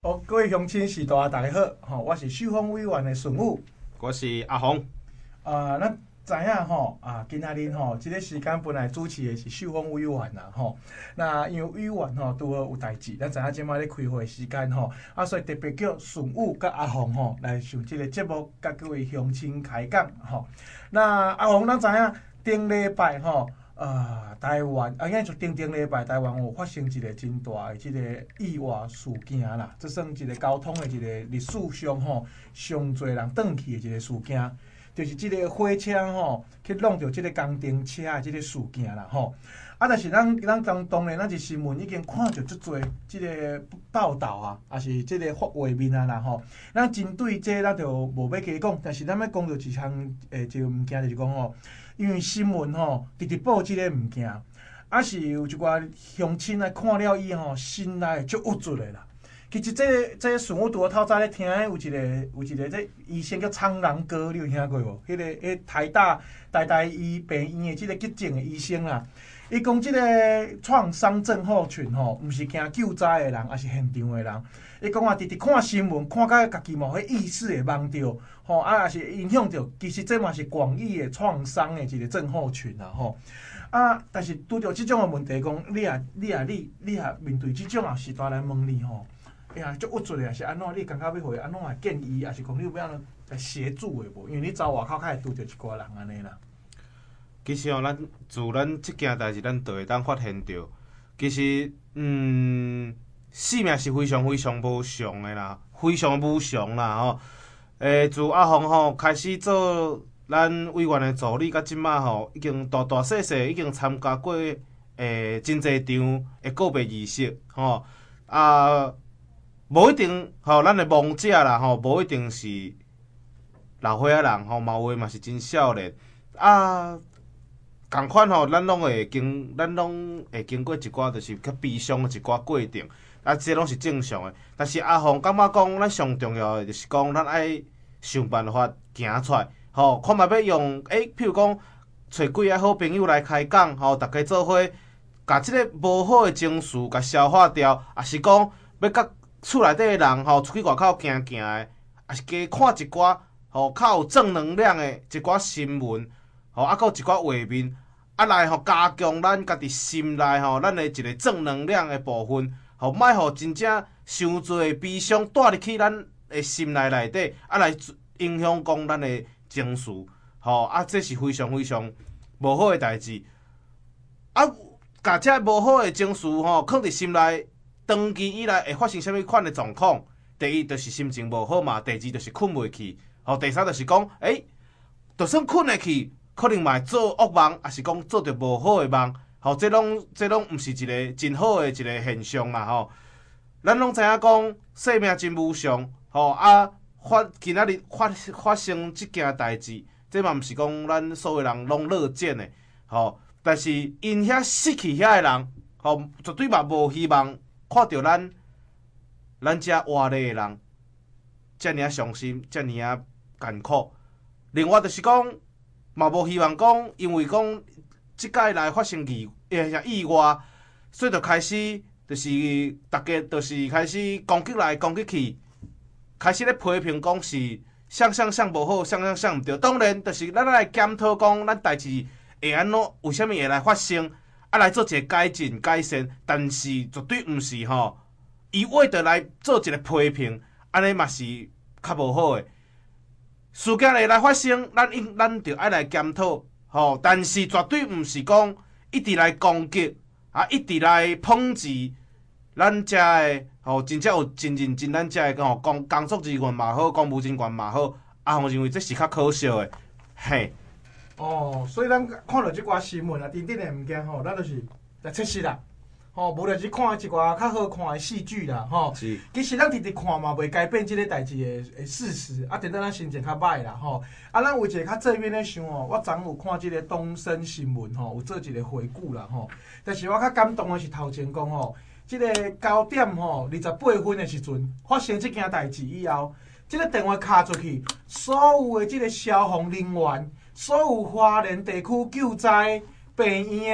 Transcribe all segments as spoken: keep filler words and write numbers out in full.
好，各位乡亲时大大家好，吼，我是秀峰委员的顺武， 我是阿红。 啊，咱知影吼啊，今仔日吼，即、这个时间本来主持的是秀峰委员啦，吼。那因为委员吼拄好有代志，咱知影即摆咧开会时间吼，啊，所以特别叫顺武甲阿红吼来上即个节目，甲各位乡亲开讲吼。那阿红，咱知影顶礼拜吼。啊，台湾啊，应该就顶顶礼拜，台湾有发生一个真大的即个意外事件啦，这算一个交通的一个历史上吼上侪人转去的一个事件，就是即个火车吼去弄着即个工程车的即个事件啦吼。啊，但是咱咱当当然，咱是新闻已经看着足侪即个报道啊，也是即个画面啊啦吼。咱针对这，咱就无要加讲，但是咱要讲着一项诶，一个物件就是讲吼。因为新闻吼直直报即个物件，啊是有一寡乡亲来看了以后，心内足郁卒的啦。其实这个、这个顺武拄好透早咧听，有一个有一个这医生叫苍狼哥，你有听过无？迄、那个迄台大台大医病院的即个急症的医生啦，伊讲即个创伤症候群吼，毋是惊救灾的人，也是现场的人。伊讲啊，直直看新闻，看到家己嘛，迄意识会忘掉，吼啊，也是影响着。其实这嘛是广义的创伤的一个症候群啊，吼啊。但是拄着即种的问题，讲你啊，你啊，你你啊，面对即种啊时代来问你吼，哎呀，足郁卒的，是安怎？你感觉要互伊安怎来建议，还是讲你有要安怎来协助的无？因为你走外口，较会拄着一寡人安尼啦。 其实哦，咱自咱即件代志，咱就会当发现着，其实嗯。性命是非常非常无常的啦，非常无常啦吼。诶，自阿峰吼开始做咱委员的助理，到即马吼，已经大大细细已经参加过诶真侪场的告别仪式吼。啊，无一定吼，咱的亡者啦吼，无一定是老岁仔人吼，嘛有诶嘛是真少年啊。共款吼，咱拢会经，咱拢会经过一寡就是较悲伤的一寡过程。啊，这拢是正常的，但是阿峰感觉讲，咱上重要的就是讲，咱爱想办法行出来，吼，看觅要用，诶，譬如讲，找几个好朋友来开讲，吼，大家做伙，甲即个无好的情绪甲消化掉，也是讲要甲厝内底的人，吼，出去外口行行的，也是加看一寡，吼，较有正能量的一寡新闻，吼，啊，搁一寡画面，啊来吼加强咱家己心内吼，咱的一个正能量的部分。吼，莫互真正伤侪悲伤带入去咱的心内内底，啊来影响讲咱的情绪，吼啊，这是非常非常无好的代志。啊，甲这无好的情绪吼，放伫心内，长期以来会发生啥物款的状况？第一就是心情无好嘛，第二就是困袂去，吼，第三就是讲，诶、欸，就算困会去，可能嘛会做噩梦，还是讲做着无好的梦。吼，这拢这拢毋是一个真好的一个现象啦，吼。咱拢知影讲，生命真无常，吼啊，发今仔日发发生即件代志，这嘛毋是讲咱所有人拢乐见的，吼。但是因遐失去遐的人，吼，绝对嘛无希望看到咱咱遮活咧的人遮尔啊伤心，遮尔啊艰苦。另外就是讲，嘛无希望讲，因为讲。即届来发生意诶意外，所以就开始就是大家就是开始攻击来攻击去，开始咧批评讲是啥啥啥无好，啥啥啥毋对。当然，就是咱来检讨讲咱代志会安怎，为虾物会来发生，啊来做一个改进改善。但是绝对毋是吼，一味的来做一个批评，安尼嘛是较无好诶。事件会来发生，咱应咱着爱来检讨。吼，但是绝对毋是讲一直来攻击，啊，一直来抨击咱遮的吼，真正有真认真咱遮的吼工工作人员嘛好，公务人员嘛好，啊，我认为这是较可笑的，嘿。 哦，所以咱看到即寡新闻啊，等等的物件吼，咱就是来测试啦。吼，无就是看一寡较好看的戏剧啦，吼。 是。 其实咱直直看嘛，袂改变即个代志的事实，啊，等等咱心情较歹啦，吼。啊，咱有一个较正面咧想哦，我昨有看即个东森新闻吼，有做一个回顾啦，吼。但是我较感动的是头前讲吼，即个九点吼二十八分的时阵发生即件代志以后，即个电话卡出去，所有的即个消防人员，所有花莲地区救灾病院的。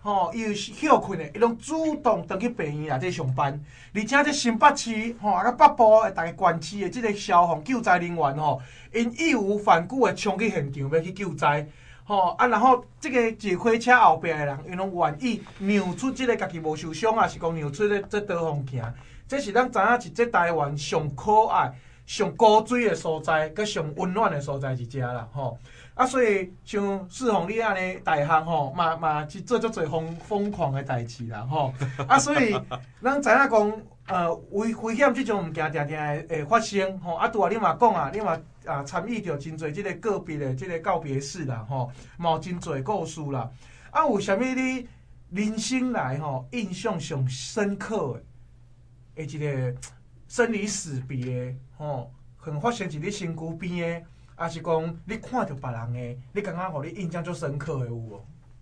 吼，伊有休困的，伊拢主动登去病院内底上班。而且这新北市吼，啊甲北部诶，逐个县市的即个消防救灾人员吼，因义无反顾的冲去现场要去救灾。吼啊，然后即个坐火车后壁的人，因拢愿意让出即个家己无受伤啊，是讲让出咧这刀锋行。这是咱知影是这台湾上可爱、上高水的所在，佮上温暖的所在一只啦，吼。啊，所以像四红你安尼大项吼，嘛嘛是做足侪疯疯狂的代志啦，吼。啊，所以咱知影讲，呃，危危险即种物件定定会会发生，吼。啊，拄啊，你嘛讲啊，你嘛啊参与着真侪即个个别的即个告别式啦，吼，嘛有真侪故事啦。啊，有啥物你人生来吼印象上深刻的，诶，一个生离死别吼，可能发生伫你身躯边的。啊，是讲你看到别人的，你感觉互你印象最深刻的有无？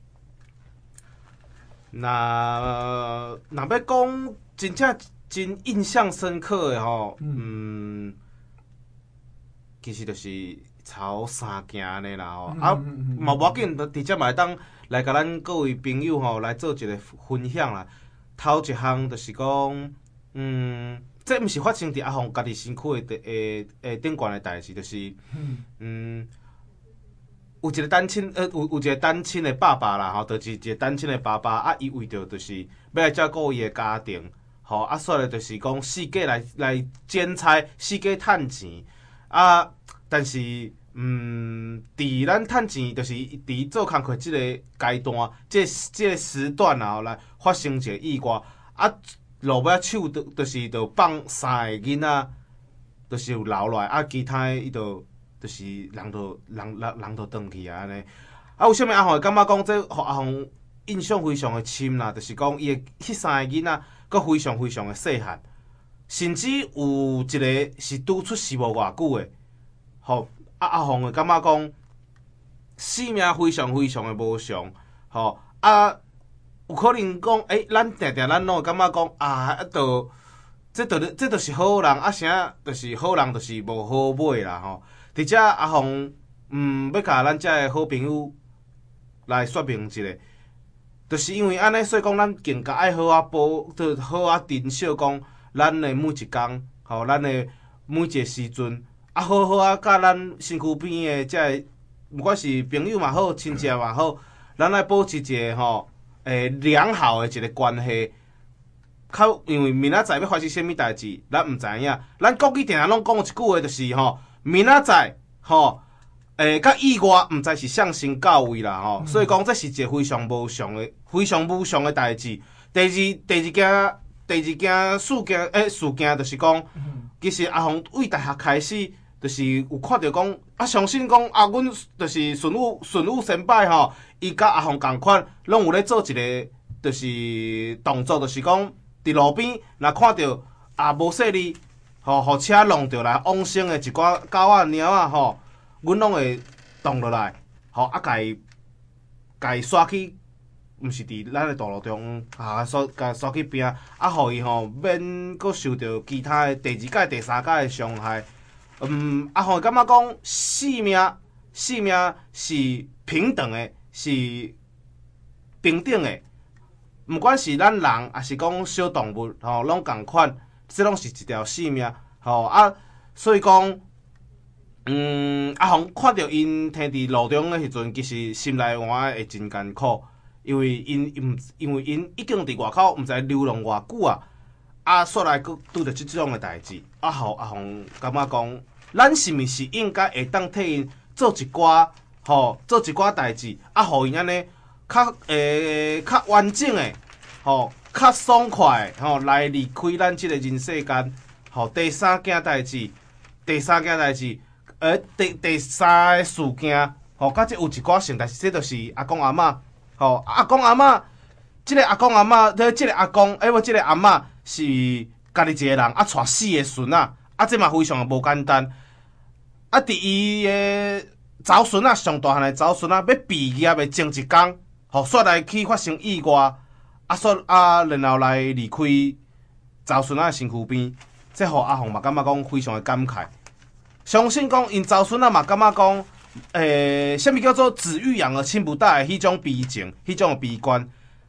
那若要讲真正真印象深刻的吼，嗯，嗯其实就是草三件呢啦吼，嗯、啊，嘛无要紧，直接嘛会当来甲咱各位朋友吼来做一个分享啦。头一项就是讲，嗯。这毋是发生伫阿凤家己身躯的诶诶顶悬的代志，就是，嗯，嗯有一个单亲，呃，有有一个单亲的爸爸啦，吼，就是一个单亲的爸爸，啊，伊为着就是要来照顾伊的家庭，吼，啊，煞来就是讲四界来来兼差，四界趁钱，啊，但是，嗯，伫咱趁钱，就是伫做工课即个阶段，即即个时段啊，来发生一个意外，啊。落尾手就就是就放三个囡仔，就是有留落来，啊，其他伊就就是人就人人人就转去啊安尼。啊，为虾米阿凤会感觉讲这互阿凤印象非常的深啦？就是讲伊的迄三个囡仔，佫非常非常的细汉，甚至有一个是拄出世无偌久的，吼啊阿凤会感觉讲性命非常非常的无常，吼啊。有可能讲，诶、欸，咱定定咱拢会感觉讲，啊，啊，都，这都，这都是好人，啊，啥，就是好人，就是无好尾啦吼。而且阿凤，嗯，要甲咱遮个好朋友来说明一下，就是因为安尼，所以讲咱更加爱好啊保，就好啊珍惜讲咱的每一工，吼，咱的每一个时阵，啊，好好啊，甲咱身躯边的遮个，不管是朋友嘛好，亲戚嘛好，咱来保持一个吼。诶，良好的一个关系，较因为明仔载要发生啥物代志，咱毋知影。咱国语定定拢讲一句话，就是吼，明仔载吼，诶，甲意外毋知是向心到位啦吼。嗯、所以讲，这是一个非常无常的、非常无常的代志。第二、第二件、第二件事件，诶，事件就是讲，嗯、其实阿凤为大学开始，就是有看到讲，啊，相信讲啊，阮就是顺武顺武先輩吼。伊甲阿凤共款，拢有咧做一个，就是动作，就是讲伫路边，若看到啊无细哩，吼，互车弄着来往生的一寡狗仔、猫仔吼，阮拢会动落来，吼，啊，家己家己刷去，毋是伫咱的道路中，啊，刷家刷去边，啊，互伊吼免阁受到其他的第二届、第三届的伤害。嗯，阿凤感觉讲，性命，性命是平等的。是平等的，毋管是咱人，还是讲小动物，吼，拢共款，这拢是一条性命，吼啊，所以讲，嗯，阿凤看到因摕伫路中的时阵，其实心内换会真艰苦，因为因因因为因已经伫外口，毋知流浪偌久啊，啊，煞来佫拄着即种的代志，啊，互阿凤感觉讲，咱是毋是应该会当替因做一寡？吼，做一寡代志，啊，互因安尼较诶较完整诶，吼，较爽快诶，吼，来离开咱即个人世间。吼，第三件代志，第三件代志，诶，第第三个事件，吼，甲即有一寡性，但是这就是阿公阿嬷，吼，阿公阿嬷，即个阿公阿嬷，即即个阿公，诶，无即个阿嬷是家己一个人，啊，带四个孙仔，啊，这嘛非常诶无简单，啊，伫伊诶。查某孙仔上大汉的查某孙仔要毕业的前一天，吼，煞来去发生意外，啊，煞啊，然后来离开查某孙仔的身躯边，这互阿凤嘛感觉讲非常的感慨。相信讲因查某孙仔嘛感觉讲，诶，啥物叫做子欲养而亲不待迄种悲情，迄种悲观。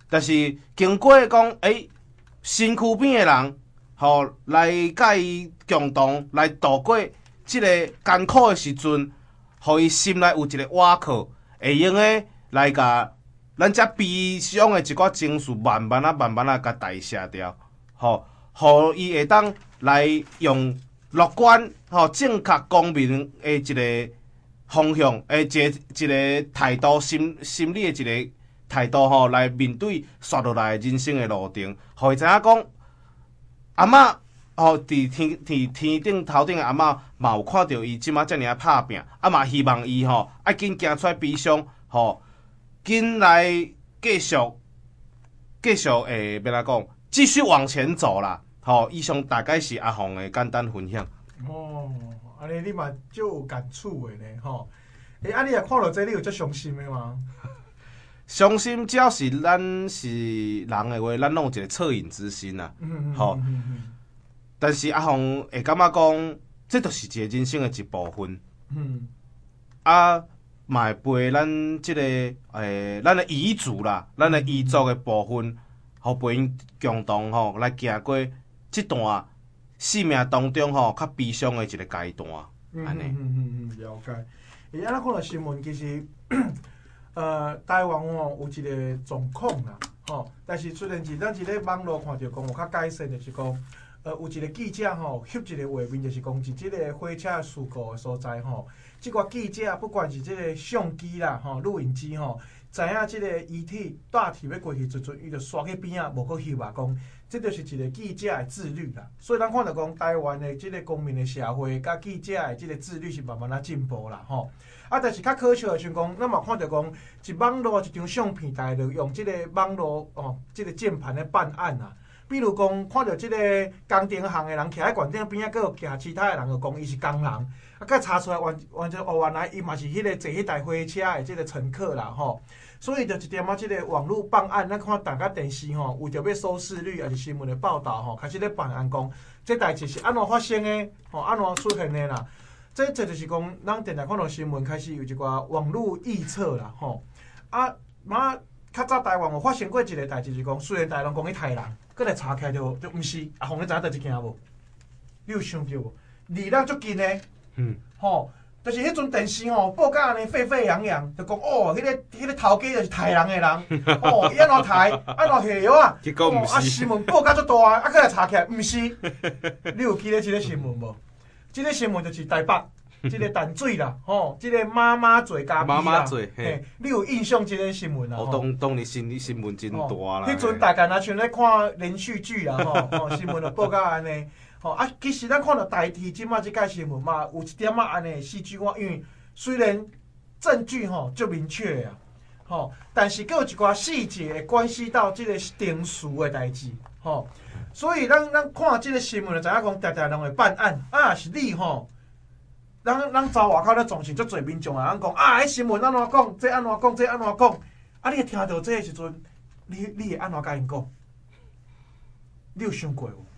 但是经过讲，诶、欸，身躯边的人，吼、喔，来甲伊共同来度过即个艰苦的时阵，互伊心内有一个倚靠，会用诶来甲咱遮悲伤的一寡情绪，慢慢啊、慢慢啊，甲代谢掉，吼、喔，互伊会当来用乐观、吼、正确、光明的一个方向，诶，一个一个态度，心心理的一个态度，吼，来面对刷落来人生的路程，互伊知影讲，阿嬷，吼，伫天伫天顶头顶的阿嬷，嘛有看到伊即马遮尔啊拍拼，啊嘛希望伊吼，爱紧行出来悲伤，吼，紧来继续继续诶，要来讲，继续往前走啦，吼，以上大概是阿宏的简单分享。 哦，安尼你嘛就有感触的呢，吼。诶、欸，啊，你也看到这，你有足伤心的吗？ 伤心，只要是咱是人的话，咱拢有一个恻隐之心啊。吼、嗯，嗯、但是阿宏会感觉讲，这就是一个人生的一部分。嗯。啊，嘛会陪咱即、這个诶，咱的遗嘱啦，咱的遗嘱的部分，互陪因共同吼来行过即段生命当中吼较悲伤的一个阶段。安尼。嗯嗯嗯，了解。诶，安尼看到新闻，其实。呃，台湾哦有一个状况啦，吼，但是虽然是咱伫咧网络看到讲有较改善，就是讲，呃，有一个记者吼翕一个画面，就是讲是即个火车事故的所在吼，即个记者不管是即个相机啦，吼，录影机吼，知影即个遗体大体要过去时阵，伊就刷去边仔无去翕啊，讲，这就是一个记者的自律啦。所以咱看到讲，台湾的即个公民的社会，甲记者的即个自律是慢慢啊进步啦，吼。啊，但是较可笑的像讲，咱嘛看到讲，一网络一张相片，大家就用即个网络哦，即、這个键盘咧办案啊。比如讲，看到即个工程行的人徛喺悬顶边仔，佫有徛其他的人，就讲伊是工人。啊，佮查出来完完全哦，原来伊嘛是迄个坐迄台火车的即个乘客啦，吼。所以就一点啊，即个网络办案，咱看大家电视吼，为着要收视率，还是新闻的报道吼，开始咧办案讲，这代志是安怎发生的，吼，安怎出现的啦。这这就是讲，咱电台看到新闻开始有一寡网络臆测啦，吼啊，嘛较早台湾有发生过一个代志，就是讲，虽然台湾讲去杀人，搁来查起来就就毋是，啊，红你知影代志件无？你有想着无？离咱足近的，嗯，吼，就是迄阵电视吼报甲安尼沸沸扬扬，就讲哦，迄、那个迄、那个头家就是杀人的人，哦，伊安怎杀，安怎下药啊？ 结果毋是， 啊新闻报甲足大，啊，搁来查起来毋是，你有记得即个新闻无？即个新闻就是台北，即个淡水啦，吼，即个妈妈嘴咖啡啦， 妈妈嘴，嘿， 你有印象即个新闻啦？ 哦，当当日新新闻真大啦。 迄阵大家若像咧看连续剧啦，吼，吼新闻就报甲安尼，吼啊，其实咱看到台视即马即届新闻嘛，有一点仔安尼戏剧化，因为虽然证据吼足明确啊，吼，但是佫有一寡细节会关系到即个定数的代志，吼。所以咱咱看即个新闻就知影讲，常常人会办案啊，是你吼，咱咱走外口咧总是足侪民众啊，咱讲啊，迄新闻安怎讲，这安怎讲，这安怎讲，啊，你会听到这个时阵，你你会安怎甲因讲？你有想过无？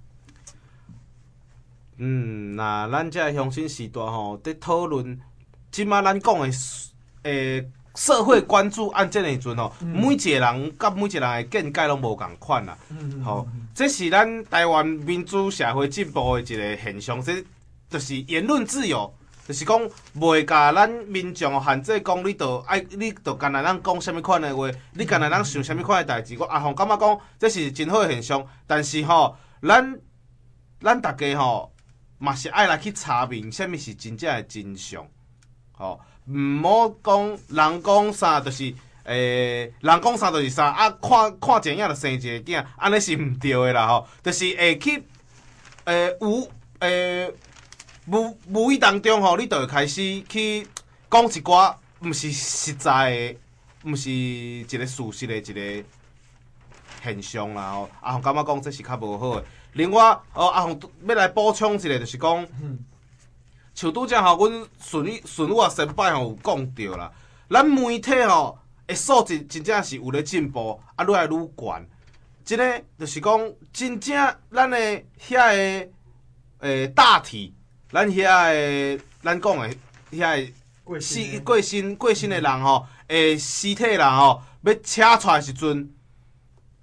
嗯，那咱这乡亲时代吼，伫讨论即马咱讲的诶。社会关注案件的时阵吼，嗯、每一个人甲每一个人的见解拢无共款啦。吼、嗯，这是咱台湾民主社会进步的一个现象，这就是言论自由，就是讲袂甲咱民众限制讲，你着爱，你着干那咱讲啥物款的话，你干那咱想啥物款的代志。我阿宏感觉讲这是真好的现象，但是吼，咱咱大家吼嘛是爱来去查明啥物是真正的真相，吼。毋好讲人讲啥就是诶、欸，人讲啥就是啥啊！看看电影就生一个囝，安尼是毋对的啦吼。就是会去诶、欸、有诶、欸、无无意当中吼，你就会开始去讲一寡毋是实在的，毋是一个事实的一个现象啦吼。阿宏感觉讲这是较无好的。另外，哦阿宏要来补充一个，就是讲。嗯像拄则吼，阮顺顺我先摆吼有讲着啦，咱媒体吼的素质真正是有咧进步，啊愈来愈悬。即个就是讲，真正咱的遐个诶大体，咱遐个咱讲的遐个死过身过身的人吼，诶尸体啦吼，要扯出来时阵，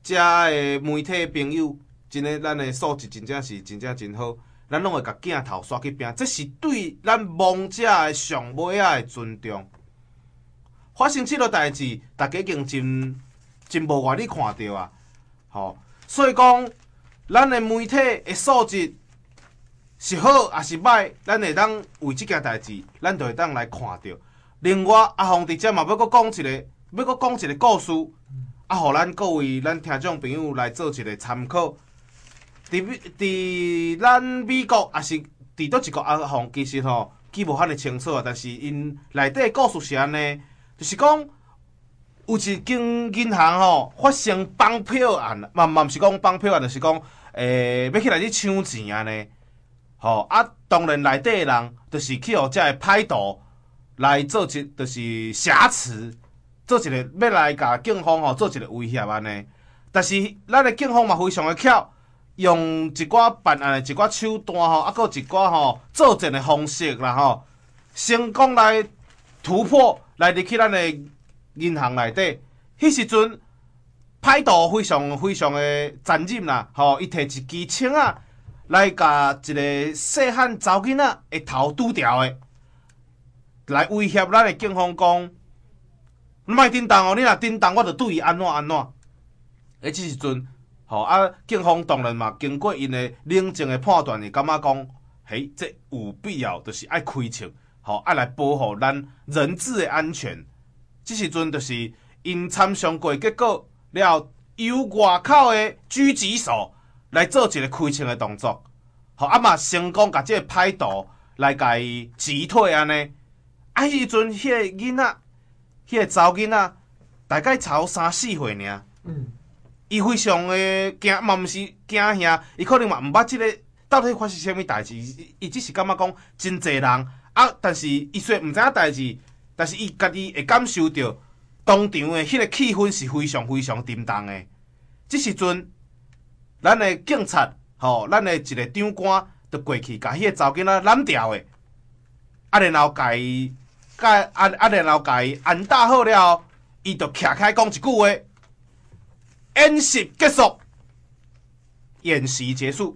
遮的媒体朋友，真诶，咱的素质真正是真正真好，咱拢会甲镜头刷去拼，这是对咱亡者的上尾仔的尊重。发生即落代志，大家已经真真无愿意看到啊，吼，所以讲，咱的媒体的素质是好还是歹，咱会当为即件代志，咱就会当来看到。另外，阿凤伫遮嘛要阁讲一个，要阁讲一个故事，啊，互咱各位咱听众朋友来做一个参考。伫伫咱美国，还是伫倒一个阿凤，其实吼记无遐尼清楚啊，但是因内底故事是安尼，就是讲有一间银行吼发生绑票案，嘛嘛毋是讲绑票案，就是讲诶、欸、要起来去抢钱安尼。吼啊，当然内底的人就是去互遮个歹徒。来做一，就是挟持，做一个要来甲警方吼做一个威胁安尼。但是咱的警方嘛非常的巧，用一寡办案的一寡手段吼，啊，搁一寡吼作战的方式啦吼，成功来突破，来入去咱的银行内底。迄时阵，歹徒非常非常的残忍啦，吼，伊摕一支枪啊来甲一个细汉查某囡仔的头拄掉的。来威胁咱的警方讲，你莫震动哦！你若震动，我就对伊安怎安怎。诶，即时阵，吼啊，警方当然嘛，经过因的冷静的判断，会感觉讲，嘿，这有必要，就是爱开枪，吼，爱来保护咱人质的安全。即时阵就是因参详过结果了，由外口的狙击手来做一个开枪的动作，吼啊嘛成功甲即个歹徒来甲伊击退安尼。啊！迄时阵，迄个囡仔，迄个查某囡仔，大概才三四岁尔。嗯。伊非常的惊，嘛毋是惊吓，伊可能嘛毋捌即个到底发生啥物代志。伊只是感觉讲真侪人啊，但是伊虽然毋知影代志，但是伊家己会感受到当场的迄个气氛是非常非常沉重的。即时阵，咱的警察吼，咱的一个长官，就过去甲迄个查某囡仔揽调的，啊，然后甲伊。甲啊啊，然后甲伊安搭好了后，伊就徛开讲一句话：演习结束，演习结束。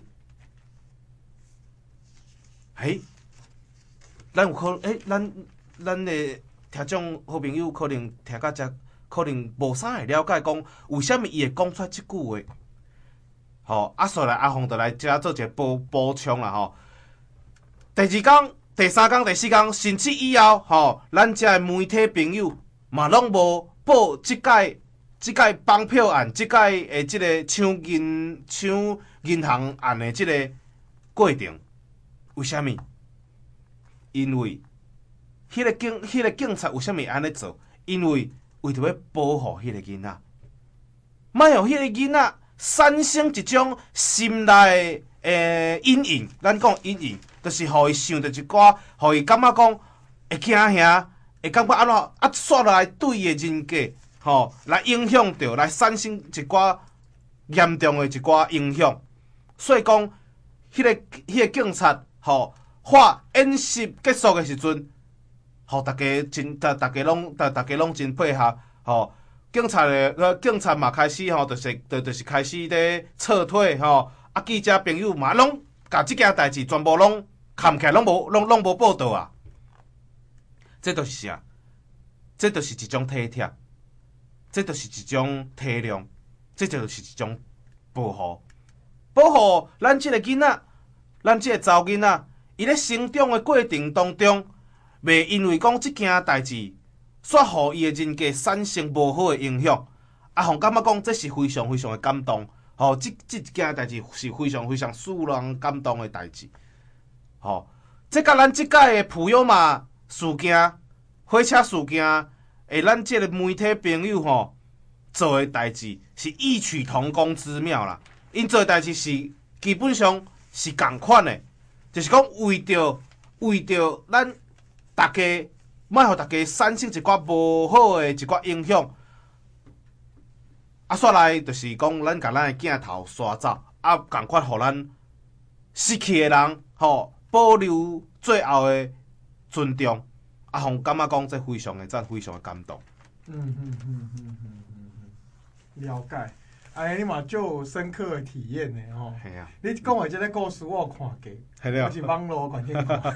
嘿，咱有可诶，咱咱的听众好朋友可能听到遮，可能无啥会了解讲，为虾米伊会讲出即句话？吼，啊，所以来阿凤就来遮做一个补补充啦吼。第二天。第三天、第四天，甚至以后，吼，咱遮的媒体朋友嘛拢无报即届、即届绑票案、即届的即个抢银、抢银行案的即个过程。为虾米？因为迄个警、迄个警察为虾米安尼做？因为为着要保护迄个囡仔，莫互迄个囡仔产生一种心内的诶阴影。咱讲阴影。就是互伊想着一寡，互伊感觉讲会惊吓，会感觉安怎啊，煞落来对伊的人格，吼，来影响着，来产生一寡严重的一寡影响。所以讲，迄个迄个警察，吼，发演习结束的时阵，吼，大家真，大大家拢，大大家拢真配合，吼，警察的，警察嘛开始吼，就是，就就是开始咧撤退，吼，啊，记者朋友嘛拢甲即件代志全部拢。看起来拢无拢拢无报道啊！这就是啥？这就是一种体贴，这就是一种体谅，这就是一种保护，保护咱即个囡仔，咱即个查某囡仔，伊咧成长的过程当中，袂因为讲即件代志，煞互伊的人格产生无好的影响。阿凤感觉讲，这是非常非常的感动。吼、哦，即即件代志是非常非常使人感动的代志。吼，即甲咱即届的普悠玛事件、火车事件，诶，咱即个媒体朋友吼做的代志是异曲同工之妙啦。因做的代志是基本上是共款的，就是讲为着为着咱大家，莫互大家产生一寡无好的一寡影响。啊，煞来就是讲，咱甲咱的镜头刷走，啊，共款互咱失去的人吼。保留最后的尊重，阿凤感觉讲这非常的赞，非常的感动。 嗯嗯嗯嗯嗯嗯嗯，了解。 安尼你嘛就有深刻的体验呢吼。 系啊， 你讲的这个故事我有看过， 系了我。是网络观点看。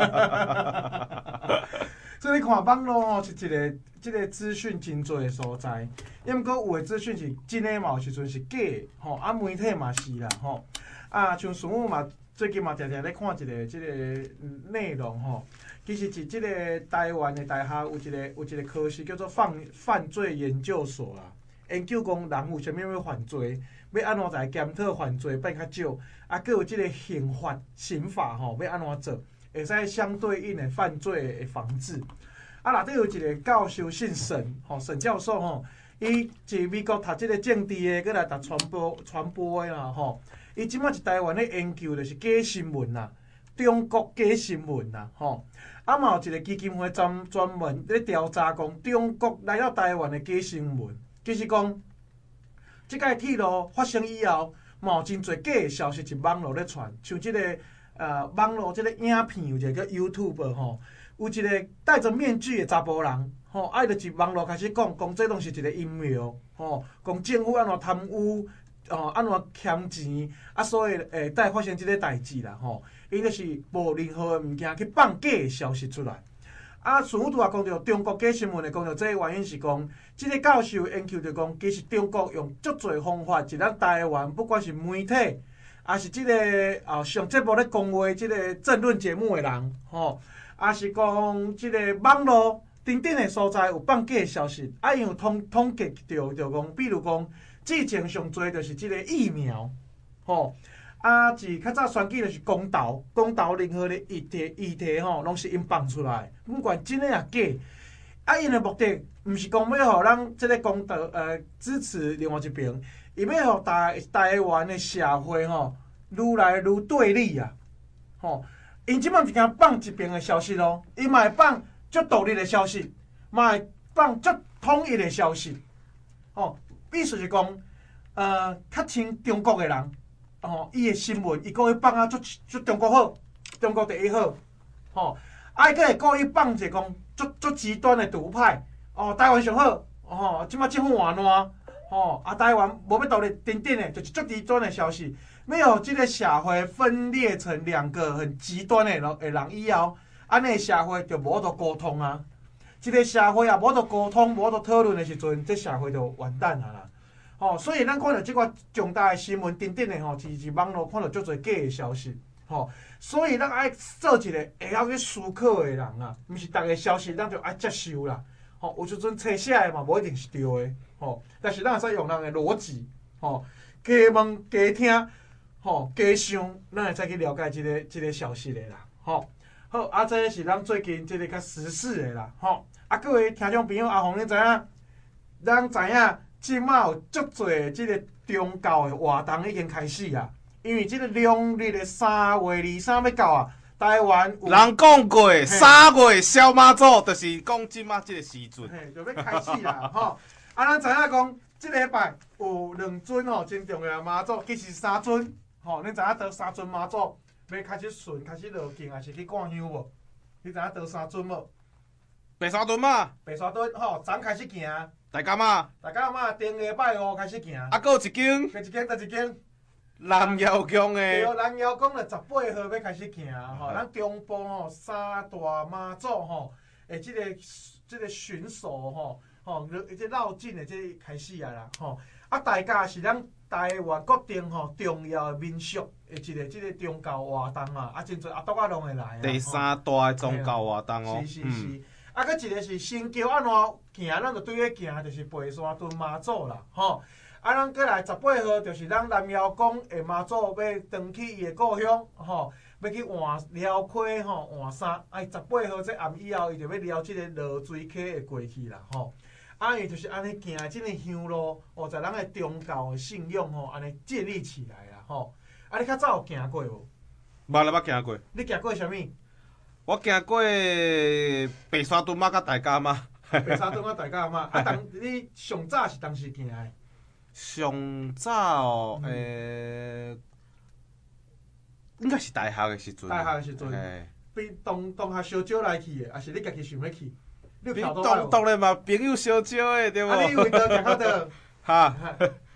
所以你看网络吼是一个即、这个资讯真多的所在，因毋过有的资讯是真诶嘛，有时阵是假的吼，啊媒体嘛是啦吼，啊像孙武嘛最近嘛常常咧看一个即个内容吼，其实是即个台湾的大学有一个有一个科系叫做犯犯罪研究所啦，研究讲人有啥物要犯罪，要安怎来检讨犯罪变较少，啊，佮有即个刑法刑法吼要安怎做，会使相对应的犯罪的防治。啊，内底有一个教授姓沈，吼沈教授吼，伊是美国读即个政治的，佮来读传播传播的啦吼。伊即摆是台湾咧研究，就是假新闻啦，中国假新闻啦吼。啊嘛有一个基金会专专门咧调查讲中国来到台湾的假新闻，就是讲即届铁路发生以后，嘛有真侪假的消息是网络咧传，像即、这个呃网络即个影片有一个叫 YouTube 吼。有一个戴着面具的查甫人，吼，啊，伊就是网络开始讲，讲这拢是一个阴谋，吼，讲政府安怎贪污，哦，安怎欠钱，啊，所以会带发生即个代志啦，吼，伊就是无任何的物件去放假的消息出来。啊，孙武拄也讲到中国假新闻的讲到，这个原因是讲，即、这个教授研究就讲，其实中国用足侪方法，是咱台湾不管是媒体，还是即、这个哦上节目咧讲话，即个政论节目的人，吼。也是讲即个网络等等的所在有放假的消息，啊，因有统统计着着讲，比如讲之前上多就是即个疫苗，吼，啊，是较早选举就是公投，公投任何的议题议题吼，拢是因放出来，不管真诶也假，啊，因的目的毋是讲要互咱即个公投呃支持另外一边，伊要互台台湾的社会吼愈来愈对立啊，吼。因即摆是惊放一边的消息咯，伊嘛会放足独立的消息，嘛会放足统一的消息。哦，意思是讲，呃，较亲中国的人，哦，伊的新闻伊佫会放啊，足足中国好，中国第一好。吼、哦，啊，伊佫会故意放一个讲足足极端的独派，哦，台湾上好，哦，即摆政府换烂，哦，啊，台湾无要独立等等的，就是足极端的消息。没有这个社会分裂成两个很极端的人，的人以后，安尼社会就无得沟通啊。这个社会啊，无得沟通，无得讨论的时阵，这社会就完蛋啊啦。吼、哦，所以咱看到这个重大的新闻等等的吼，是是网络看到足侪假的消息。吼、哦，所以咱爱做一个会晓去思考的人啊，毋是逐个消息咱就爱接受啦。吼、哦，有时阵册写的嘛，无一定是对的。吼、哦，但是咱会使用咱的逻辑，吼、哦，加问加听。吼，加想，咱会再去了解即、這個即、這個消息的啦。吼，好，啊，这是咱最近即個較時事的啦。吼，啊，各位聽眾朋友，阿紅你知影？咱知影，即擺有足濟即個宗教的活動已經開始啊。因為即個農曆的三月二三要到啊，台灣有人講過，三月小媽祖，就是講即擺即個時陣， 嘿，就要開始啦。吼，啊，咱知影講，即個禮拜有兩尊吼真重要的媽祖，其實三尊。吼、哦，你知影倒三尊媽祖要開始順，開始落境，還是去灌香無？你知影倒三尊無？ 白沙屯嘛， 白沙屯吼，昨開始行， 大家嘛， 大家嘛，頂禮拜五開始行。 啊，還有一間， 第一間，第一間， 南瑤宮的， 對，南瑤宮咧十八號要開始行吼，咱中部吼三大媽祖吼，誒，即個即個巡守吼，吼，即繞境的即開始啊啦，吼，啊，大家是咱。台灣各地吼重要的民俗的一個即個宗教活動啊，啊真濟阿篤仔攏會來啊。 第三大的宗教活動哦。 是是是，嗯、啊，佮一個是新橋安怎行，咱就對咧行，就是白沙屯媽祖啦，吼。啊，咱過來十八號就是咱南瑤宮的媽祖要登去伊的故鄉，吼，要去換遼溪吼換衫，啊，十八號這暗以後，伊就要撩即個落水溪會過去啦，吼。啊，伊就是安尼行即個鄉路，哦，在咱誒宗教誒信仰吼，安尼建立起來啦，吼。啊，你較早有行過無？ 無啦，捌行過。 你行過啥物？ 我行過白沙屯嘛，甲大甲嘛。 白沙屯甲大甲嘛，啊，當你上早是當時行誒？ 上早哦，誒、嗯欸，應該是大學誒時陣。 大學誒時陣。比同同學小少來去誒，還是你家己想要去？你當當然嘛，朋友相少誒，對無？ 啊，你為倒行到倒？ 哈，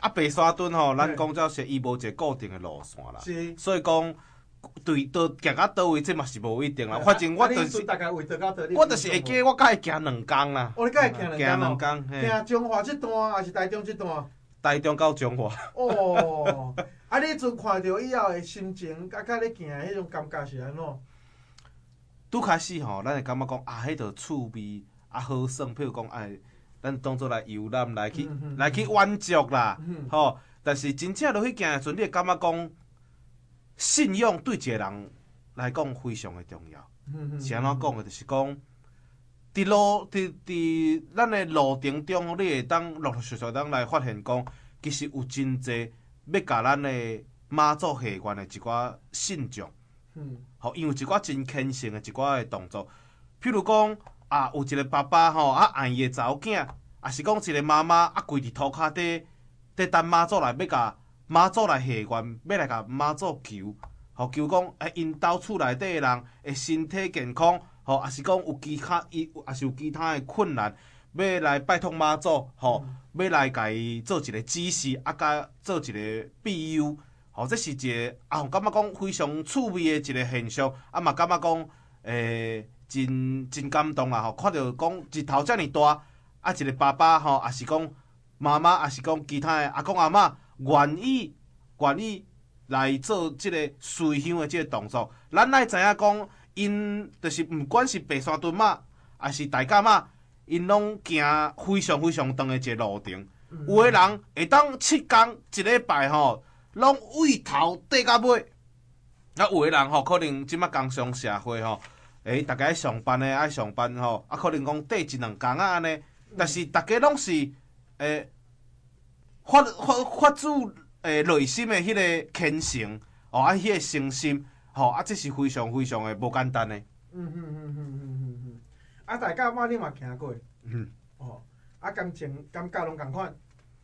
啊，白沙屯吼，咱讲照是伊无一个固定的路线啦， 是， 所以讲对倒行到倒位，这嘛是无一定啦。反正我就是， 大概位倒到倒， 我就是会记，我才会行两工啦。 哦，你敢会行两两工？ 行中华这段还是台中这段？ 台中到中华。 哦，啊，你阵看到以后的心情，甲甲你行的迄种感觉是安怎？ 拄开始吼，咱会感觉讲啊，迄着趣味啊好耍，譬如讲哎，咱当做来游览，来去、嗯、来去玩足啦，吼、嗯。但是真正落去行的时阵，你会感觉讲信用对一个人来讲非常的重要。嗯、是安怎讲的？就是讲，伫路伫伫咱的路程中，你会当陆陆续续当来发现讲，其实有真济要甲咱的妈祖下愿的一寡信众。嗯，吼，因为一寡真虔诚的一寡的动作，譬如讲啊，有一个爸爸吼啊爱伊的查某囝，啊是讲一个妈妈啊跪伫涂骹底，伫等妈祖来要甲妈祖来下愿，要来甲妈祖求，吼求讲诶因兜厝内底的人会身体健康，吼啊是讲有其他伊啊是有其他的困难，要来拜托妈祖，吼、嗯、要来甲伊做一个指示，啊甲做一个庇佑。吼，这是一个啊，感觉讲非常趣味的一个现象，啊嘛感觉讲，诶、欸，真真感动啦！吼，看到讲日头遮尔大，啊一个爸爸吼，也是讲妈妈，也是讲其他的阿公阿嬷，愿意愿意来做即个随香的即个动作。咱爱知影讲，因就是毋管是白沙屯马，还是大甲马，因拢行非常非常长的一个路程。嗯、有的人会当七天一礼拜吼。拢为头缀到尾，啊，有的人吼可能即摆工商社会吼，诶，逐个爱上班诶，爱上班吼，啊，可能讲缀一两工啊安尼，但是逐个拢是诶发发发自诶内心诶迄个虔诚，哦，啊，迄个诚心，吼，啊，这是非常非常诶无简单诶。 嗯嗯嗯嗯嗯嗯嗯，啊，大家嘛你嘛行过，嗯，哦，啊，感情感觉拢共款，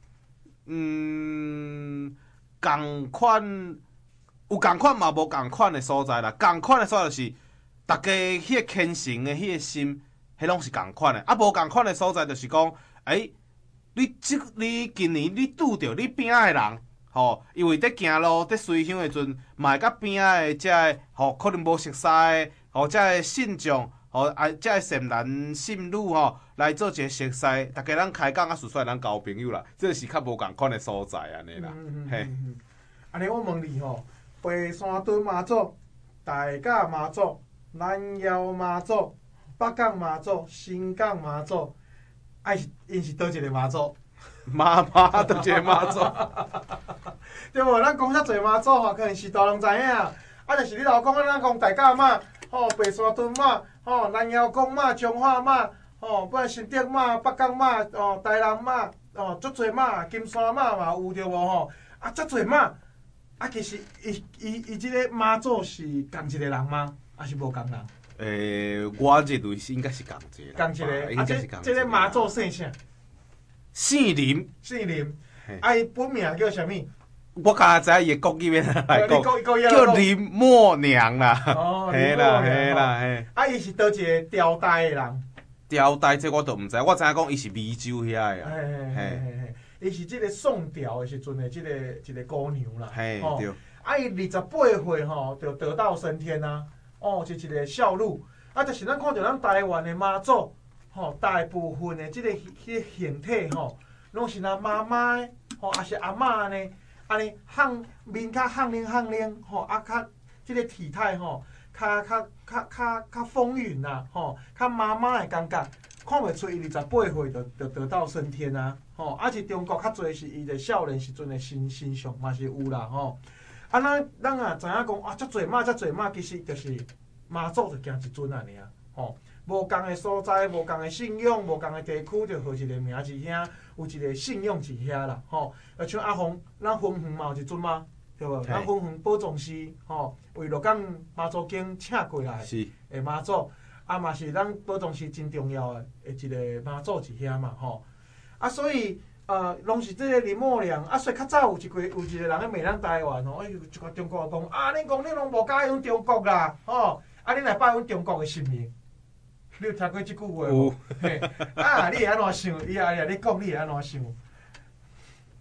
嗯。共款有共款嘛，无共款的所在啦。共款的所在就是，大家迄个虔诚的迄个心，迄拢是共款的。啊，无共款的所在就是讲，诶、欸，你即你今年你拄着你边仔的人，吼，因为伫行路伫随香的时阵，嘛会甲边仔的遮个，吼，可能无熟悉的，吼，遮个信众，吼，啊，遮个善男信女吼，来做一个熟悉，大家咱开讲啊，顺续咱交朋友啦，这是较无共款的所在安尼啦，嘿。 安尼我问你吼，白沙屯妈祖、大甲妈祖、南窑妈祖、北港妈祖、新港妈祖，爱是因是倒一个妈祖？ 妈妈倒一个妈祖， 对无？咱讲遐侪妈祖吼，可能是大人知影，啊，就是你老讲咱讲大甲妈、吼白沙屯妈、吼南窑公妈、彰化妈、吼不然新竹妈、北港妈、哦台南妈、哦足侪妈、金山妈嘛有对无吼？啊，足侪妈。啊，其实伊伊伊即个妈祖是共一个人吗？还是无共人？ 诶、欸，我认为是应该是共一个。 共一个，啊，即即个妈祖姓啥？ 姓林。 姓林。啊，伊本名叫啥物？ 我刚才知伊个国语面来讲，叫林默娘啦。 哦， 嘿啦嘿啦嘿。 啊，伊是倒一个吊带的人。 吊带这我都毋知，我知影讲伊是美洲遐个啊。 嘿嘿嘿嘿。伊是即个送吊的时阵的即个一个姑娘啦， 吼、哦， 啊伊二十八岁吼就得道升天啊，哦，是一个孝女，啊，就是咱看到咱台湾的妈祖，吼、哦，大部分的即、這个迄、這個、形体吼，拢、哦、是咱妈妈的，吼、哦，也是阿嬷呢，安尼汉面较汉灵汉灵，吼、哦，啊较即个体态吼，较较较较较丰腴啦，吼、哦，较妈妈的感觉。看袂出伊二十八岁就就得道升天啊！吼，啊是中国较侪是伊的少年时阵的形形象嘛是有啦吼。啊，咱咱也知影讲啊，遮侪妈遮侪妈，其實就是媽祖就行一尊安尼啊。吼，無共的所在，無共的信仰，無共的地區，就號一個名字遐，有一個信仰是遐啦。吼，啊像阿鳳，咱分園嘛有一尊嘛，對無？咱分園寶藏寺，吼，為鹿港媽祖經請過來的媽祖。啊，嘛是咱宝藏寺真重要的一个妈祖一遐嘛吼，啊，所以呃，拢是即个林默娘，啊，所以较早有一个有一个人咧骂咱台湾吼，哎，一个中国人讲啊，恁讲恁拢无解阮中国啦，吼，啊，恁来拜阮中国的神明，你有听过即句话无？啊，你会安怎想？伊啊，你讲你会安怎想？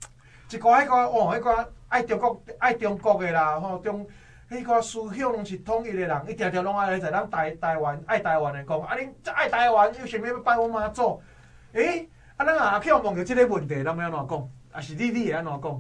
一寡迄个哦，迄个爱中国爱中国的啦，吼中迄个思想拢是统一的人，伊定定拢爱来在咱台台湾爱台湾的讲，啊恁爱台湾，有想要拜我妈祖？诶，啊咱啊去问到即个问题，咱要安怎讲？啊是你你会安怎讲？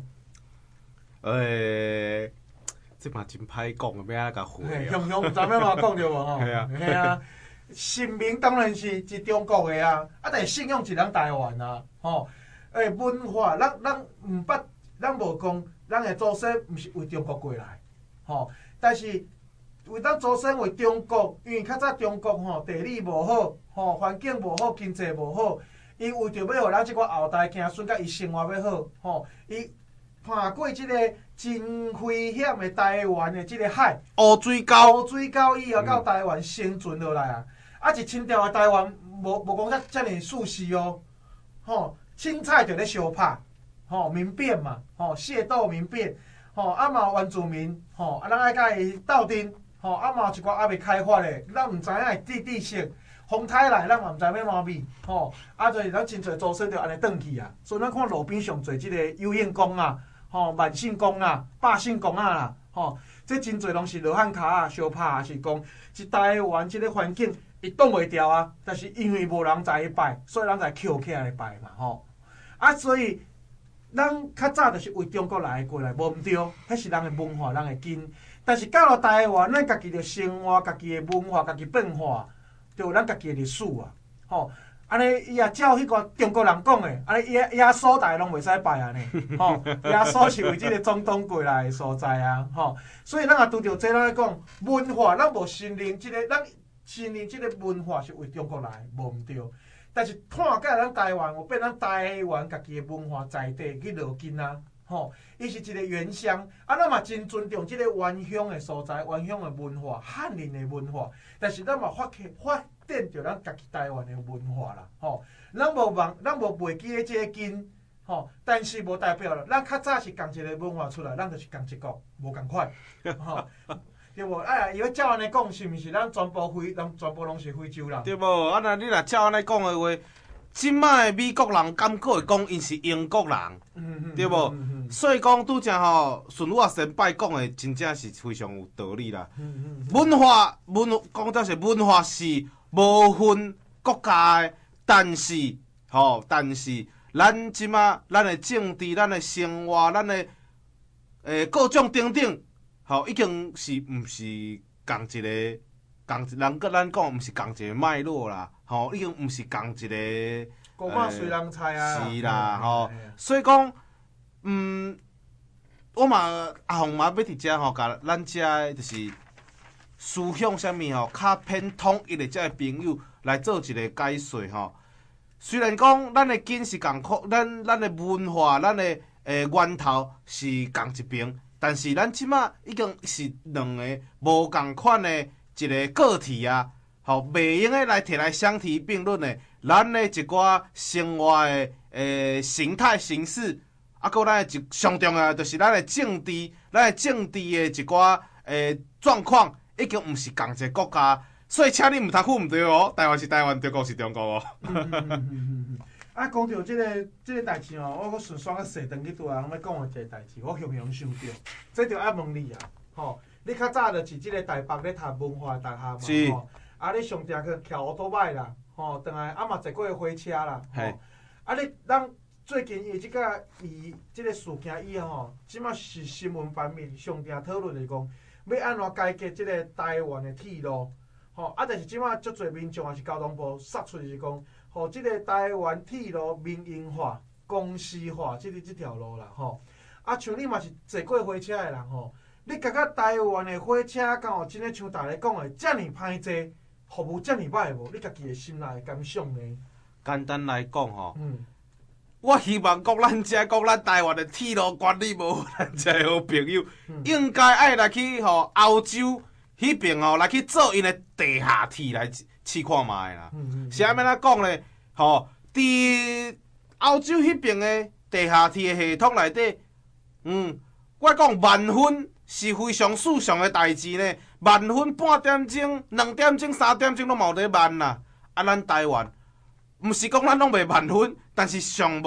诶，这嘛真歹讲，要安怎甲回啊？ 雄雄，咱要安怎讲对无吼？ 系啊， 系啊。姓名当然是是中国的啊，啊，但是信仰是咱台湾啊，吼。诶，文化，咱咱毋捌，咱无讲，咱的祖先毋是为中国过来，吼。但是为咱祖先为中国，因为较早中国吼地理无好，吼环境无好，经济无好，伊为着要互咱即个后代子孙甲伊生活要好，吼，伊爬过即个真危险的台湾的即个海， 乌水沟， 乌水沟以后到台湾生存落来啊。啊，一清朝的台湾无无讲遮遮尔舒适哦，吼，凊彩就咧相拍，吼民变嘛，吼械斗民变，吼啊嘛原住民，吼啊咱爱甲伊斗阵，吼啊嘛有一寡还未开发的，咱毋知影的地地性，风台来咱嘛毋知要怎咪，吼啊就是咱真侪祖先就安尼转去啊，所以咱看路边上侪即个有影宫啊，吼万圣宫啊、百姓宫啊啦，吼这真侪拢是罗汉脚啊、相拍啊，是讲即台湾即个环境。伊挡袂掉啊，但是因为无人知伊拜，所以人才捡起来拜嘛吼。啊，所以咱较早就是为中国来过来，无毋对，迄是咱的文化，咱的根。但是到了台湾，咱家己的生活、家己的文化、家己变化，就有咱家己的历史啊。吼，安尼伊也照迄个中国人讲的，安尼耶耶稣台拢袂使拜安尼。吼，耶稣是为即个中东过来的所在啊。吼，所以咱也拄着这，咱讲文化，咱无承认即个咱。承认即个文化是为中国来，无毋对。但是看甲咱台湾，有变咱台湾家己的文化在地去落根啊，吼，伊是一个原乡，啊，咱嘛真尊重即个原乡的所在、原乡的文化、汉人的文化。但是咱嘛发起发展着咱家己台湾的文化啦，吼，咱无忘，咱无袂记咧即个根，吼，但是无代表咱较早是共一个文化出来，咱就是共一国，无共款，吼。对无？哎，伊要照安尼讲，是毋是咱全部非，咱全部拢是非洲人？ 对无？啊，那你若照安尼讲的话，即摆的美国人敢可会讲因是英国人？嗯、对无？嗯、所以讲拄则吼，顺我先摆讲的，真正是非常有道理啦。嗯嗯、文化文讲到是文化是无分国家的，但是吼，但是咱即摆咱的政治、咱的生活、咱的诶、欸、各种等等。吼，已经是毋是共一个共人甲咱讲，毋是共一个脉络啦。吼，已经毋是共一个。 国马随人菜啊。 是啦，吼，所以讲，嗯，我嘛阿红嘛要伫遮吼，甲咱遮就是思想啥物吼，较偏统一的遮个朋友来做一个解说吼。虽然讲咱的根是共款，咱咱的文化，咱的诶源头是共一边。但是咱即马已经是两个无共款的一个个体啊，吼，袂用诶来摕来相提并论的。咱的一寡生活的诶形态形式，啊，搁咱的一上重要就是咱的政治，咱的政治的一寡诶状况，已经毋是共一个国家，所以请你毋通唬毋对哦，台湾是台湾，中国是中国哦。 啊，讲到即、這个即、這个代志哦，我阁顺续个说长去对人要讲的一个代志，我雄雄想到，这就爱问你啊，吼，你较早就是即个台北咧读文化大学嘛，吼，啊，你上定去徛乌托摆啦，吼，等来啊嘛坐过火车啦，吼，啊，你咱最近伊即个伊即个事件以后吼，即马是新闻方面上定讨论是讲，要安怎改革即个台湾的铁路，吼，啊，但是即马足侪民众也是交通部杀出是讲。吼，即个台湾铁路民营化、公司化，即个即条路啦，吼。啊，像你嘛是坐过火车的人吼，你感觉台湾的火车敢有真诶像大家讲的遮尔歹坐，服务遮尔歹无？你家己的心内感想呢？ 简单来讲吼，嗯，我希望讲咱遮讲咱台湾的铁路管理无咱遮的好朋友，嗯、应该爱来去吼欧洲迄边吼来去做因的地下铁来。试看卖啦，嗯、是安要怎讲咧？吼，伫欧洲迄边的地下铁的系统内底，嗯，我讲万分是非常正常的代志呢。万分半点钟、两点钟、三点钟拢冇得慢啦。啊，咱台湾毋是讲咱拢袂万分，但是上无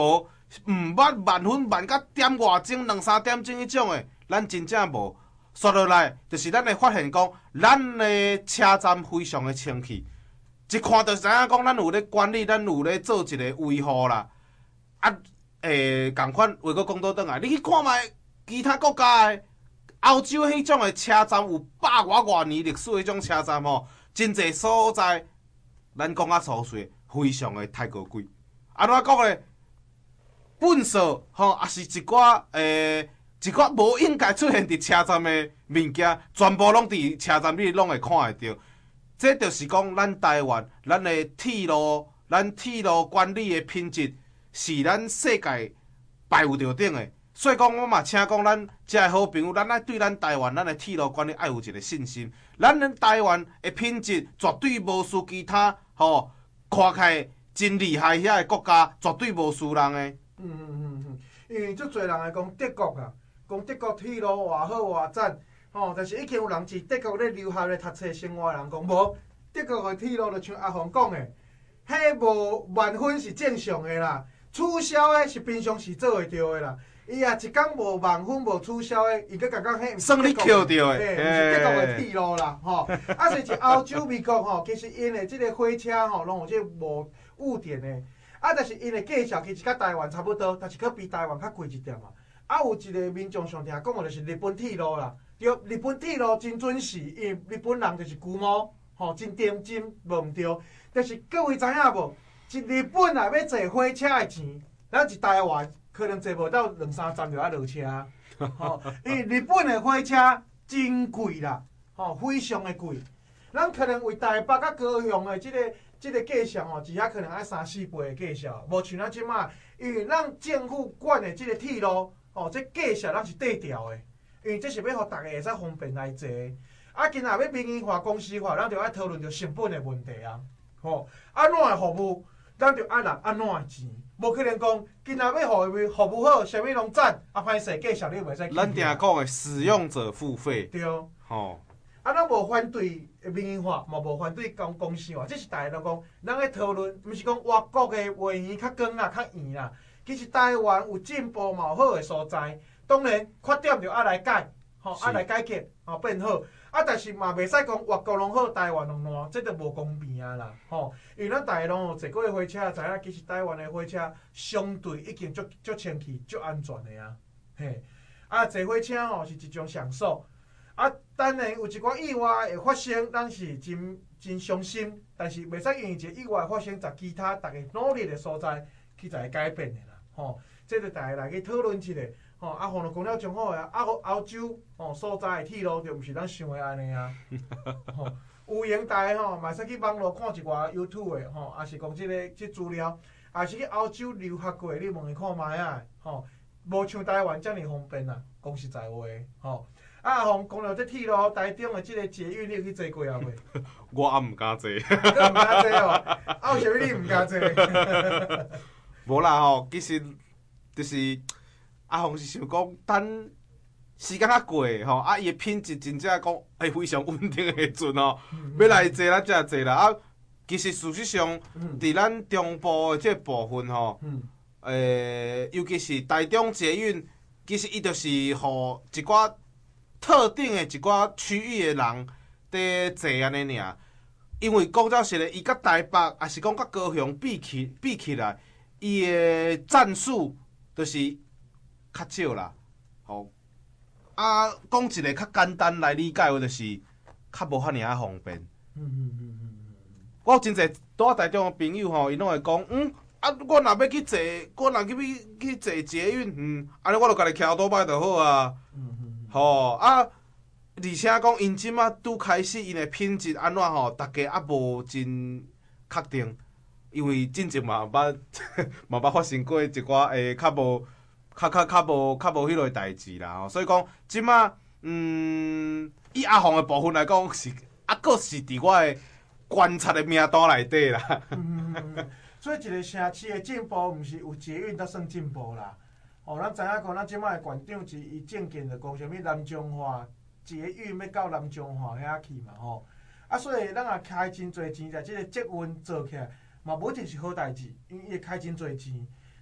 毋捌慢粉慢到点外钟、两三点钟迄种诶，咱真正无。刷落来，就是咱会发现讲，咱的车站非常的清气，一看就知影讲，咱有咧管理，咱有咧做一个维护啦。啊，诶，共款话佫讲倒转来，你去看卖其他国家的欧洲迄种的车站，有百外外年历史迄种车站吼，真侪所在，咱讲啊粗碎，非常的太高贵。安怎讲咧？粪扫吼，也是一寡诶。一寡无应该出现伫车站的物件，全部拢伫车站里拢会看会到。这就是讲，咱台湾咱的铁路，咱铁路管理的品质是咱世界排有着顶的。所以讲，我嘛请讲咱遮的好朋友，咱爱对咱台湾咱的铁路管理爱有一个信心。咱的台湾的品质绝对无输其他吼，看起来真厉害遐的国家，绝对无输人的。 嗯嗯嗯嗯，因为足侪人会讲德国啊。讲德国铁路偌好偌赞，吼！但是已经有人伫德国咧留学咧读册生活，人讲无德国的铁路就像阿红讲的，迄无慢粉是正常的啦，取消的是平常时做会到的啦。伊也一工无慢粉无取消的，伊佮讲讲迄毋算你捡到的， 嘿，毋是德国的铁路啦，吼！啊，甚至欧洲、美国吼，其实因的即个火车吼，拢有即无误点的，啊，但是因的价钱其实甲台湾差不多，但是佮比台湾较贵一点嘛。啊，有一个民众上听讲的，就是日本铁路啦。对，日本铁路真准时，因为日本人就是龟毛，吼，真认真，无毋对。但是各位知影无？一日本啊，要坐火车的钱，咱一台湾可能坐无到两三站就爱落车。吼，因为日本的火车真贵啦，吼，非常的贵。咱可能为台北甲高雄的即、這个即、這个价钱吼，一下可能爱三四倍的价钱，无像咱即马，因为咱政府管的即个铁路。哦，这价钱咱是对调的，因为这是要互大家会使方便来坐。啊，今仔要民营化、公司化，咱就爱讨论着成本的问题啊。吼、哦，安怎的服务，咱就爱拿安怎的钱，无可能讲今仔要互伊服务好，啥物拢赞，啊歹势价钱你袂使。 咱定讲的使用者付费。 对。 吼、 哦。啊，咱无反对民营化，嘛无反对公公司化，这是大家都讲，咱咧讨论，毋是讲外国的话语较光啦、较圆啦。其实台湾有进步嘛，有好的所在，当然缺点就爱来改，吼，爱来解决，吼变好。啊，但是嘛袂使讲外国拢好，台湾拢烂，这就无公平啊啦，吼。因为咱大家拢有坐过火车，知影其实台湾的火车相对已经足足清气、足安全的啊，嘿。啊，坐火车吼是一种享受。啊，当然有一寡意外会发生，咱是真真伤心，但是袂使因为一个意外发生，在其他大家努力的所在去在改变的啦。吼，这就大家来去讨论一下。吼，啊，互侬讲了上好诶，啊，欧洲吼所在诶铁路就毋是咱想诶安尼啊。吼，有闲大家吼，嘛使去网络看一寡 YouTube 诶，吼，也是讲即、這个即资料，也是去欧洲留学过，你问伊看卖啊。吼，无像台湾遮尔方便啊，讲实在话。吼，啊，互讲到这铁路台中诶即个捷运，你有去坐过啊未？ 我也毋敢坐。你毋敢坐哦？啊，为啥物你毋敢坐？ 无啦吼，其实就是阿宏是想讲，等时间较过吼，啊伊的品质真正讲会非常稳定的时阵吼，嗯、要来坐咱才坐啦。啊，其实事实上，伫、嗯、咱中部的这部分吼，嗯、诶，尤其是台中捷运，其实伊就是互一寡特定的一寡区域的人伫坐安尼尔。因为讲照实咧，伊甲台北，也是讲甲高雄比起比起来。伊的战术就是较少啦，吼啊，讲一个较简单来理解的，就是较无遐尔啊方便。嗯嗯嗯嗯我有真侪住喺台中的朋友吼，伊拢会讲，嗯啊，我若要去坐，我若去去坐捷运，嗯，安尼我就家己骑倒摆就好啊。嗯嗯吼啊，而且讲因即马拄开始，因的品质安怎吼，大家也无真确定。因为之前嘛捌嘛捌发生过一寡诶较无较较较无较无迄落代志啦吼，所以讲即马嗯以阿宏诶部分来讲是啊，阁是伫我诶观察诶名单内底啦。 嗯嗯嗯，所以一个城市诶进步，毋是有捷运才算进步啦。哦，咱知影讲，咱即摆诶县长是伊政见着讲啥物南中华捷运要到南中华遐去嘛吼。啊，所以咱也开真侪钱在即个捷运做起来。嘛，无一定是好代志，因为伊会开真侪钱。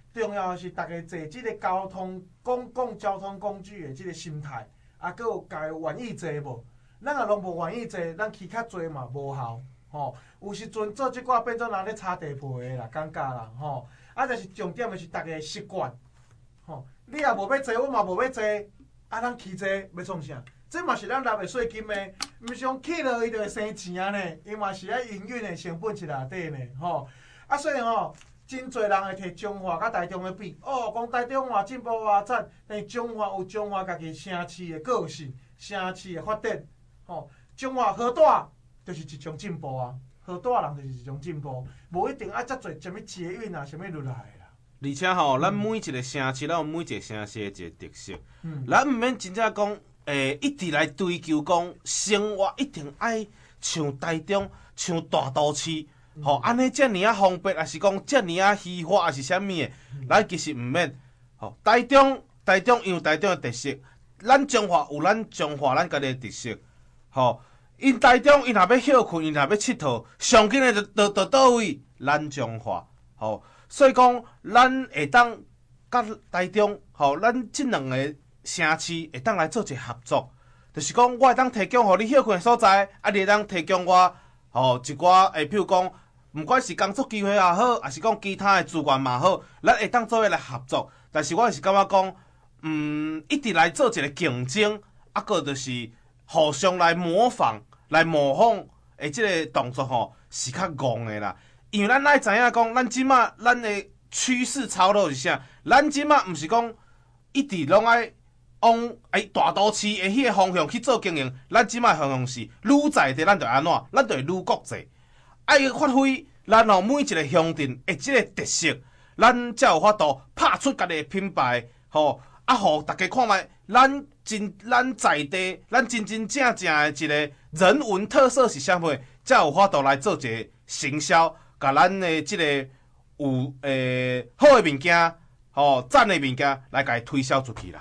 重要的是大家坐即个交通公共交通工具的即个心态，啊，佮有家愿意坐无？咱若拢无愿意坐，咱去较济嘛无效。吼、哦，有时阵做即寡变做人咧擦地皮的啦，感觉啦，吼、哦。啊，就是重点的是大家的习惯。吼、哦，你也无要坐，我嘛无要坐，啊，咱去坐要创啥？这嘛是咱纳的税金的，毋是讲去落伊就会生钱啊呢，伊嘛是爱营运的成本伫内底呢，吼、哦。啊，所以吼，真侪人会摕中华甲台中的比，哦，讲台中偌进步偌赞，但中华有中华家己城市的个性、城市的发展，吼、哦，中华好大就是一种进步啊，好大人就是一种进步，无一定爱遮侪什物捷运啊，什物落来啦。 而且吼，咱每一个城市，咱有每一个城市的一个特色， 嗯， 咱毋免真正讲。诶，一直来追求讲生活一定爱像台中、像大都市，吼、嗯，安尼遮尔啊方便，还是讲遮尔啊虚华，还是啥物的？咱、嗯、其实毋免，吼，台中台中有台中的特色，咱中华有咱中华咱家己的特色，吼，因台中伊若要休困，伊若要佚佗，上紧的就就就倒位，咱中华，吼，所以讲咱会当甲台中，吼，咱即两个。城市会当来做一个合作，就是讲我会当提供互你休困的所在，啊，你会当提供我吼一寡诶，譬如讲，毋管是工作机会也好，还是讲其他的资源嘛好，咱会当做伙来合作。但是我是感觉讲，嗯，一直来做一个竞争，啊，个就是互相来模仿、来模仿诶，即个动作吼是较戆的啦。因为咱爱知影讲，咱即马咱的趋势潮流是啥？咱即马毋是讲一直拢爱。往诶大都市诶迄个方向去做经营，咱即摆方向是愈在地，咱就安怎？咱就会愈国际，爱发挥咱吼每一个乡镇诶即个特色，咱才有法度拍出家己诶品牌，吼啊，互大家看卖，咱真咱在地，咱真真正正诶一个人文特色是啥物，才有法度来做一个行销，甲咱诶即个有诶好诶物件，吼赞诶物件来甲伊推销出去啦。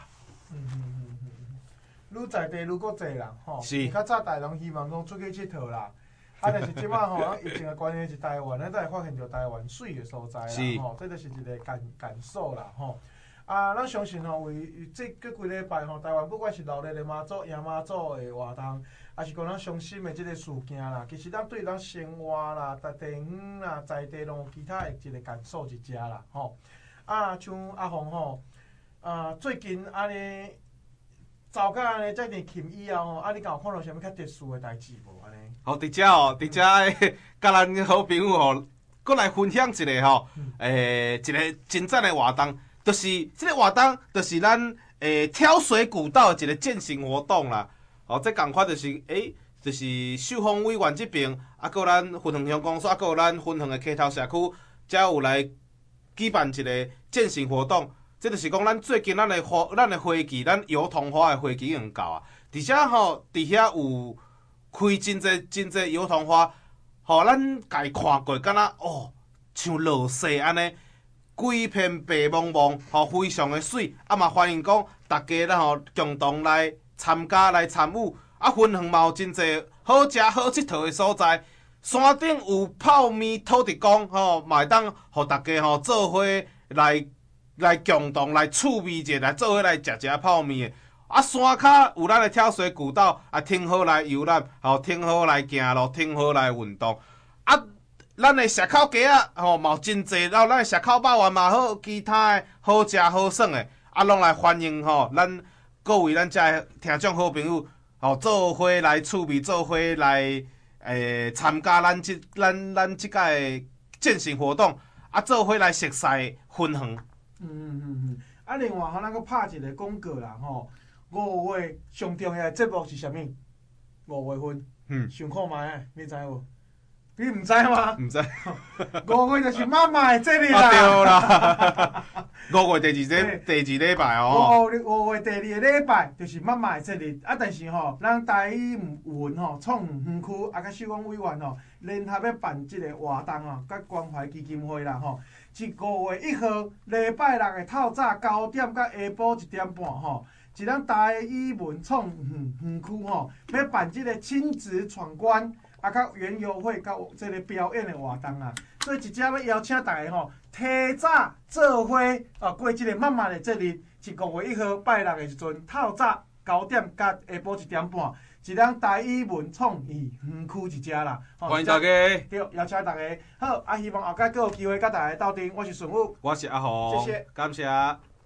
愈在地愈国际啦，吼。 是。 较早大人希望讲出去佚佗啦，啊，但是即摆吼，咱疫情的关系是台湾，咱才会发现到台湾水的所在啦，吼，这就是一个感感受啦，吼。啊，咱相信吼，为这过几礼拜吼，台湾不管是闹热的妈祖、迎妈祖的活动，还是讲咱伤心的即个事件啦，其实咱对咱生活啦、在地方啦、在地拢有其他的一个感受一只啦，吼。啊，像阿宏吼，啊，最近安尼。走到安尼遮尔近以后吼，啊，你敢有看到啥物较特殊的代志无？安尼？ 好，伫遮哦，伫遮诶，甲咱好朋友吼，搁来分享一个吼，诶、欸，一个真赞的活动，就是即个活动，就是咱诶挑水古道的一个践行活动啦。哦，这共款就是诶、欸，就是秀峰委员这边，啊，搁咱分恒乡公所，啊，搁咱分恒的溪头社区，才有来举办一个践行活动。这就是讲，咱最近咱的花，咱的花期，咱油桐花的花期已经到啊。而且吼，伫遐有开真侪真侪油桐花，吼，咱家看过，敢若哦，像落雪安尼，规片白茫茫，吼，非常的水。啊嘛，欢迎讲大家咱吼共同来参加来参与。啊，分园嘛有真侪好食好佚佗的所在。山顶有泡面土地公，吼，嘛会当互大家吼做伙来。来共同来趣味者，来做伙来食食泡面的。啊，山骹有咱的跳水古道，啊，挺好来游览，吼，挺好来行路，挺好来运动。啊，咱的石口鸡啊，吼，嘛有真济，然后咱的石口肉圆嘛好，其他的好食好耍的，啊，拢来欢迎吼，咱各位咱遮听众好朋友，吼，做伙来趣味，做伙来诶参加咱即咱咱即届的践行活动，啊，做伙来熟悉分园。 嗯嗯嗯嗯，啊，另外吼，咱搁拍一个广告啦吼。五月上重要的节目是啥物？五月份，嗯，想看卖诶，你知无？你毋知吗？ 毋知。 五月就是妈妈的节日啦。 啊对啦。五月第二礼第二礼拜哦。 五月五月第二个礼拜就是妈妈的节日，啊，但是吼，咱台语文吼创园区啊，甲秀峰委员吼联合要办即个活动哦，甲关怀基金会啦吼。是五月一号礼拜六的透早九点到下晡一点半吼，是咱台语文创园园区吼要办即个亲子闯关。啊， 啊，甲园游会，甲这个表演的活动啊，所以真正要邀请大家吼，提早做伙啊，过即个漫漫的节日，是五月一号拜六的时阵，透早九点甲下晡一点半，是咱台语文创意园区一只啦。 欢迎大家， 对，邀请大家。好，啊，希望后摆阁有机会甲大家斗阵，我是顺武， 我是阿红， 谢谢， 感谢。